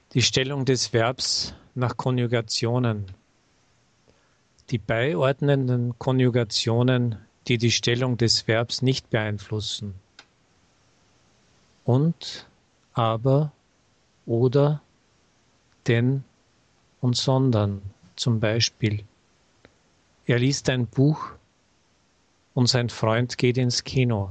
Die Stellung des Verbs nach Konjugationen. Die beiordnenden Konjugationen, die die Stellung des Verbs nicht beeinflussen. Und, aber, oder, denn und sondern. Zum Beispiel: Er liest ein Buch und sein Freund geht ins Kino.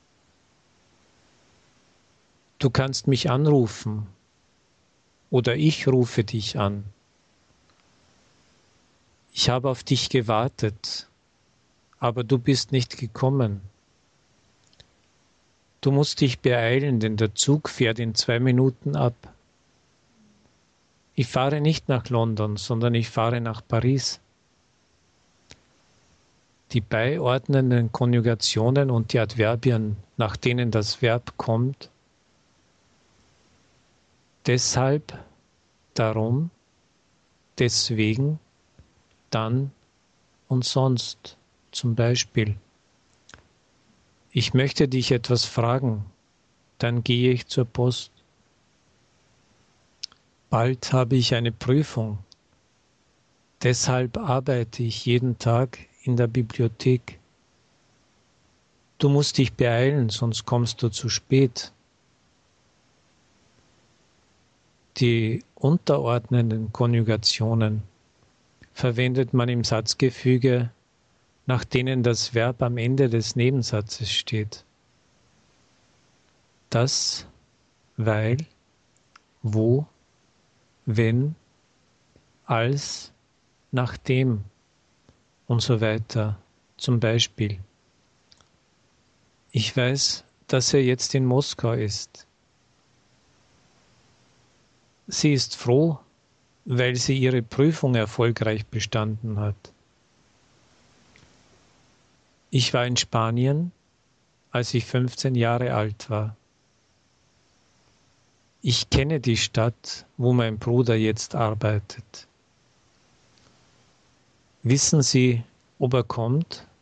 Du kannst mich anrufen oder ich rufe dich an. Ich habe auf dich gewartet, aber du bist nicht gekommen. Du musst dich beeilen, denn der Zug fährt in 2 Minuten ab. Ich fahre nicht nach London, sondern ich fahre nach Paris. Die beiordnenden Konjugationen und die Adverbien, nach denen das Verb kommt, deshalb, darum, deswegen, dann und sonst. Zum Beispiel: Ich möchte dich etwas fragen, dann gehe ich zur Post. Bald habe ich eine Prüfung, deshalb arbeite ich jeden Tag in der Bibliothek. Du musst dich beeilen, sonst kommst du zu spät. Die unterordnenden Konjugationen verwendet man im Satzgefüge, nach denen das Verb am Ende des Nebensatzes steht. Das, weil, wo, wenn, als, nachdem und so weiter. Zum Beispiel: Ich weiß, dass er jetzt in Moskau ist. Sie ist froh, weil sie ihre Prüfung erfolgreich bestanden hat. Ich war in Spanien, als ich 15 Jahre alt war. Ich kenne die Stadt, wo mein Bruder jetzt arbeitet. Wissen Sie, ob er kommt?